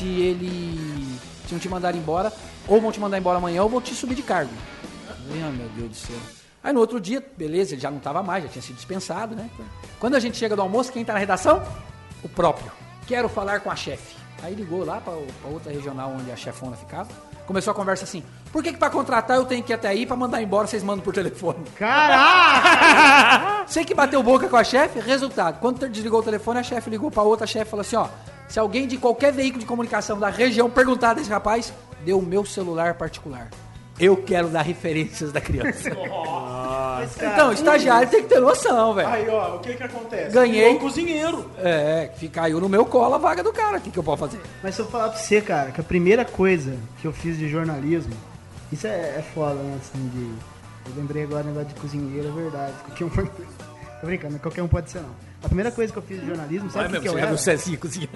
não te mandar embora, ou vão te mandar embora amanhã, ou vão te subir de cargo. Meu Deus do céu. Aí no outro dia, beleza, ele já não tava mais, já tinha sido dispensado, né? Quando a gente chega do almoço, quem tá na redação? O próprio. Quero falar com a chefe. Aí ligou lá pra outra regional onde a chefona ficava. Começou a conversa assim, por que pra contratar eu tenho que ir até aí, pra mandar embora vocês mandam por telefone? Caraca! Sei que bateu boca com a chefe, resultado. Quando desligou o telefone, a chefe ligou pra outra chefe e falou assim, se alguém de qualquer veículo de comunicação da região perguntar desse rapaz, dê o meu celular particular. Eu quero dar referências da criança. Nossa. Então, estagiário tem que ter noção, velho. Aí, o que acontece? Ganhei. O cozinheiro. Caiu no meu colo a vaga do cara. O que eu posso fazer? Mas se eu falar pra você, cara, que a primeira coisa que eu fiz de jornalismo, isso é foda, né, assim, eu lembrei agora do negócio de cozinheiro, é verdade. Qualquer um pode... Tô brincando, qualquer um pode ser, não. A primeira coisa que eu fiz de jornalismo, sabe o que eu era? Você é cozinhando.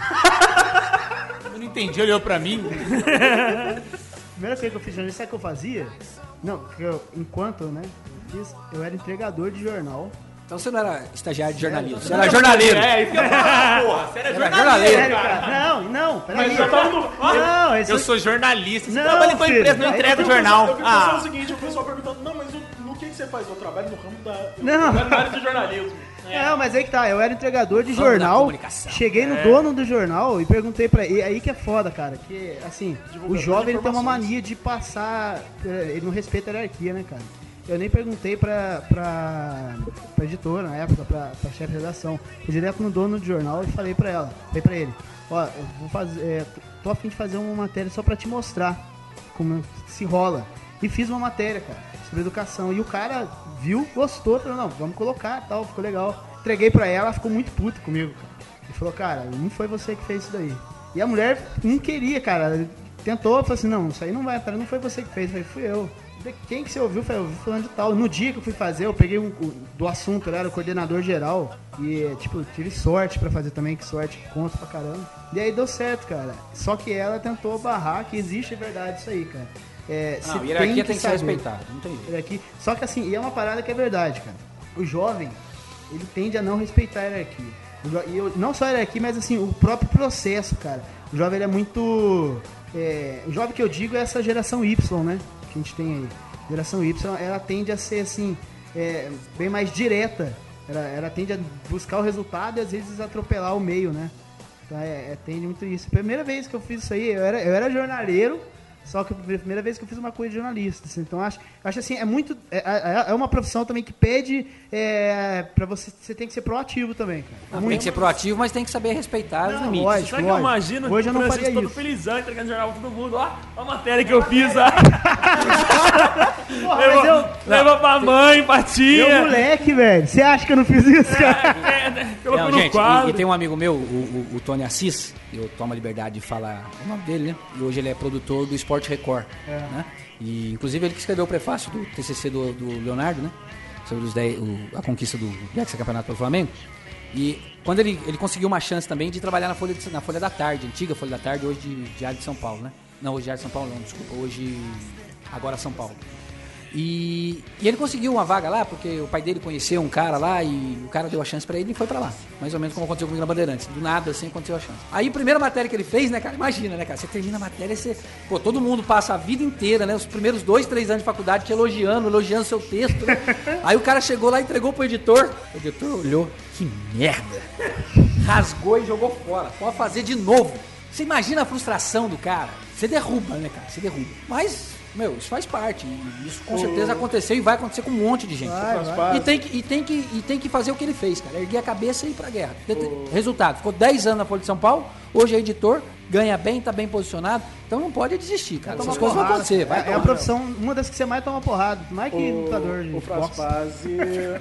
Eu não entendi, olhou pra mim. A primeira coisa que eu fiz de jornalismo, sabe o que eu fazia? Não, enquanto, né, eu era entregador de jornal. Então você não era estagiário de jornalismo, você era jornaleiro. Isso que eu ia falar, porra. Você era jornaleiro, cara. Não, peraí. Mas eu tava no... Eu sou jornalista. Você trabalha com a empresa, não entrega o jornal. Eu fico pensando o seguinte, o pessoal perguntando, não, mas no que você faz? Eu trabalho no ramo da área de jornalismo. Não, mas aí que tá, eu era entregador de jornal, cheguei no dono do jornal e perguntei pra ele, aí que é foda, cara, que, assim, o jovem ele tem uma mania de passar, ele não respeita a hierarquia, né, cara? eu nem perguntei pra editora na época, pra chefe de redação. Fui direto no dono do jornal e falei pra ele, ó, eu vou fazer, tô a fim de fazer uma matéria só pra te mostrar como se rola. E fiz uma matéria, cara, sobre educação. E o cara viu, gostou, falou, não, vamos colocar, tal, ficou legal. Entreguei pra ela ficou muito puta comigo, cara. Ele falou, cara, não foi você que fez isso daí. E a mulher não queria, cara. Tentou, falou assim, não, isso aí não vai entrar, não foi você que fez. Eu falei, fui eu. Quem que você ouviu? Eu falei, eu ouvi falando de tal. No dia que eu fui fazer, eu peguei do assunto, eu era o coordenador geral. E, tipo, tive sorte pra fazer também, que sorte que conta pra caramba. E aí deu certo, cara. Só que ela tentou barrar que existe verdade isso aí, cara. Não, hierarquia tem que ser respeitada, não tem jeito. Só que assim, e é uma parada que é verdade, cara. O jovem, ele tende a não respeitar a hierarquia. Não só a hierarquia, mas assim, o próprio processo, cara. O jovem, ele é muito... o jovem que eu digo é essa geração Y, né? Que a gente tem aí. Geração Y, ela tende a ser assim, bem mais direta. Ela tende a buscar o resultado e às vezes atropelar o meio, né? Então, tende muito isso. Primeira vez que eu fiz isso aí, eu era jornaleiro. Só que a primeira vez que eu fiz uma coisa de jornalista, assim, então acho assim, é uma profissão também que pede pra você tem que ser proativo também, cara. Tem que ser proativo, mas tem que saber respeitar os limites. Lógico, sabe que eu imagino hoje eu não faria todo isso. felizão, entregando jornal pra todo mundo, ó, a matéria que eu fiz, leva pra mãe, pra tia. Meu moleque, velho, você acha que eu não fiz isso, cara? Não, gente, e tem um amigo meu, o Tony Assis, eu tomo a liberdade de falar o nome dele, né? E hoje ele é produtor do Sport Record, né? E inclusive ele que escreveu o prefácio do TCC do Leonardo, né? Sobre a conquista do hexacampeonato pelo Flamengo. E quando ele conseguiu uma chance também de trabalhar na Folha da Tarde, antiga Folha da Tarde, hoje de Diário de São Paulo, né? Não, hoje Diário de São Paulo não, desculpa, hoje agora São Paulo. E ele conseguiu uma vaga lá, porque o pai dele conheceu um cara lá e o cara deu a chance pra ele e foi pra lá. Mais ou menos como aconteceu comigo na Bandeirantes. Do nada, assim, aconteceu a chance. Aí, a primeira matéria que ele fez, né, cara? Imagina, né, cara? Você termina a matéria e você... Pô, todo mundo passa a vida inteira, né? Os primeiros 2-3 anos de faculdade te elogiando seu texto, né? Aí o cara chegou lá e entregou pro editor. O editor olhou. Que merda! Rasgou e jogou fora. Pode fazer de novo. Você imagina a frustração do cara? Você derruba, né, cara? Você derruba. Mas... isso faz parte. E isso com certeza aconteceu e vai acontecer com um monte de gente. E tem que fazer o que ele fez, cara. Erguer a cabeça e ir pra guerra. Resultado, ficou 10 anos na Folha de São Paulo, hoje é editor, ganha bem, tá bem posicionado. Então não pode desistir, cara. Essas coisas vão acontecer. É a profissão, uma das que você mais toma porrada. Mais que lutador de o Fraspazzi...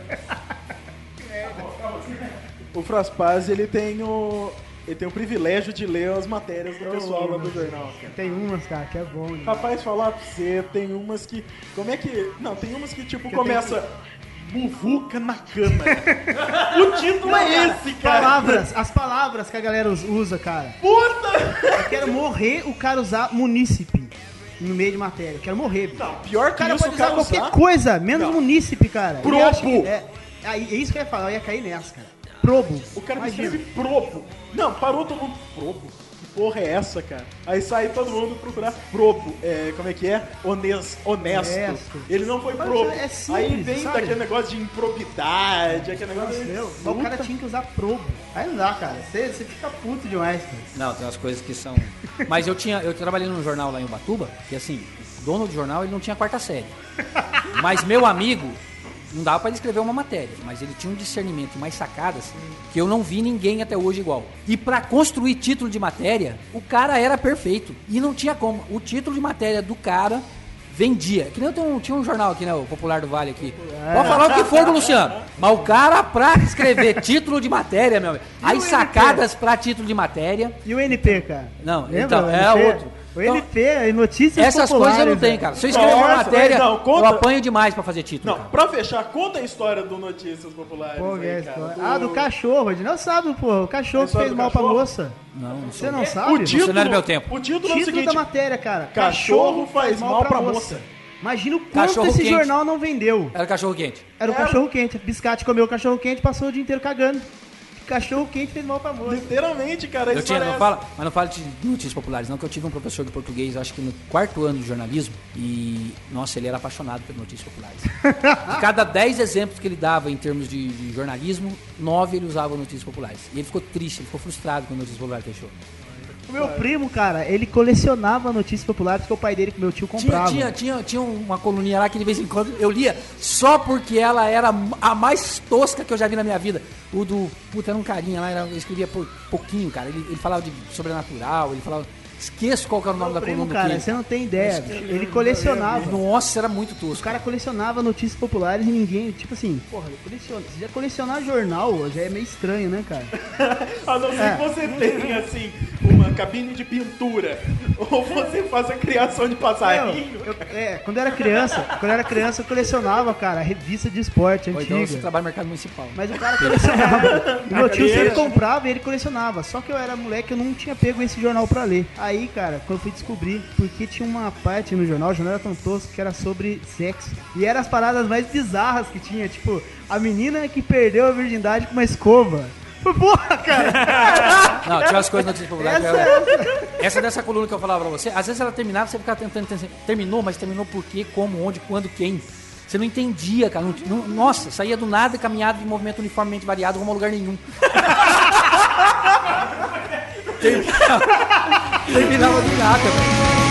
o Fraspazzi, ele tem o privilégio de ler as matérias do pessoal lá do jornal, cara. Tem umas, cara, que é bom. Né? Rapaz, falar pra você, tem umas que... Como é que... Não, tem umas que, tipo, começa... Muvuca na câmara. O título esse, cara. As palavras que a galera usa, cara. Puta! Eu quero morrer o cara usar munícipe no meio de matéria. Eu quero morrer. Não, pior que cara isso, pode o cara usar qualquer coisa, menos munícipe, cara. Probo! É isso que eu ia falar, eu ia cair nessa, cara. Probo. O cara me escreve probo. Não, parou todo mundo. Probo? Que porra é essa, cara? Aí sai todo mundo procurar probo. Como é que é? Honesto. Ele não foi probo. É simples, aí vem sabe? daquele negócio de improbidade, aquele negócio... Mas o cara tinha que usar probo. Aí não dá, cara. Você fica puto demais, cara. Não, tem umas coisas que são... Mas eu trabalhei num jornal lá em Ubatuba, que assim, o dono do jornal, ele não tinha quarta série. Mas meu amigo... Não dava pra ele escrever uma matéria, mas ele tinha um discernimento e mais sacadas que eu não vi ninguém até hoje igual. E pra construir título de matéria, o cara era perfeito. E não tinha como. O título de matéria do cara vendia. Que nem tinha um jornal aqui, né? O Popular do Vale aqui. Pode falar o que for do Luciano. Mas o cara, pra escrever título de matéria, meu amigo. As sacadas pra título de matéria. E o NP, cara? Não, lembra? Então, é outro. O NP, é notícias essas populares. Coisas eu não tenho, cara. Se eu escrever uma matéria, eu apanho demais pra fazer título. Não, cara. Pra fechar, conta a história do Notícias Populares. Pô, aí, cara. Do cachorro. Não sabe, pô. O cachorro que fez mal pra moça. Não Você não sabe? Isso não era meu tempo. O título é o seguinte... da matéria, cara. Cachorro faz mal pra moça. Imagina o quanto Cachorro esse quente. jornal não vendeu. Era cachorro quente. Era o cachorro quente. Biscate comeu o cachorro quente, passou o dia inteiro cagando. Cachorro quente fez mal pra moça. Literalmente, cara. Não fala de notícias populares, não, que eu tive um professor de português, acho que no 4º ano de jornalismo, e, nossa, ele era apaixonado por notícias populares. De cada 10 exemplos que ele dava em termos de jornalismo, 9 ele usava notícias populares. E ele ficou triste, ele ficou frustrado quando a notícias populares fechou. O meu primo, cara, ele colecionava notícias populares porque o pai dele com meu tio comprava. Tinha uma coluninha lá que de vez em quando eu lia só porque ela era a mais tosca que eu já vi na minha vida. O do... Puta, era um carinha lá, ele escrevia por pouquinho, cara. Ele falava de sobrenatural, ele falava... Esqueço qual que era o nome da coluna. Cara, você não tem ideia. Ele colecionava. Nossa, era muito tosco. O cara colecionava notícias populares e ninguém, tipo assim, porra, se já colecionar jornal já é meio estranho, né, cara? A não ser que você tenha, assim, uma cabine de pintura, ou você faça criação de passarinho. Quando eu era criança eu colecionava, cara, revista de esporte antiga. Então você trabalha no mercado municipal. Mas o cara colecionava. O meu tio sempre comprava e ele colecionava. Só que eu era moleque, eu não tinha pego esse jornal pra ler. Aí, cara, quando eu fui descobrir, porque tinha uma parte no jornal, o jornal era tão tosco, que era sobre sexo. E eram as paradas mais bizarras que tinha, tipo, a menina que perdeu a virgindade com uma escova. Porra, cara! Não, tinha umas coisas notícias populares. Essa dessa coluna que eu falava pra você, às vezes ela terminava, você ficava tentando, terminou, mas terminou por quê, como, onde, quando, quem? Você não entendia, cara. Nossa, saía do nada e caminhava de movimento uniformemente variado rumo a lugar nenhum. Terminava do nada, velho.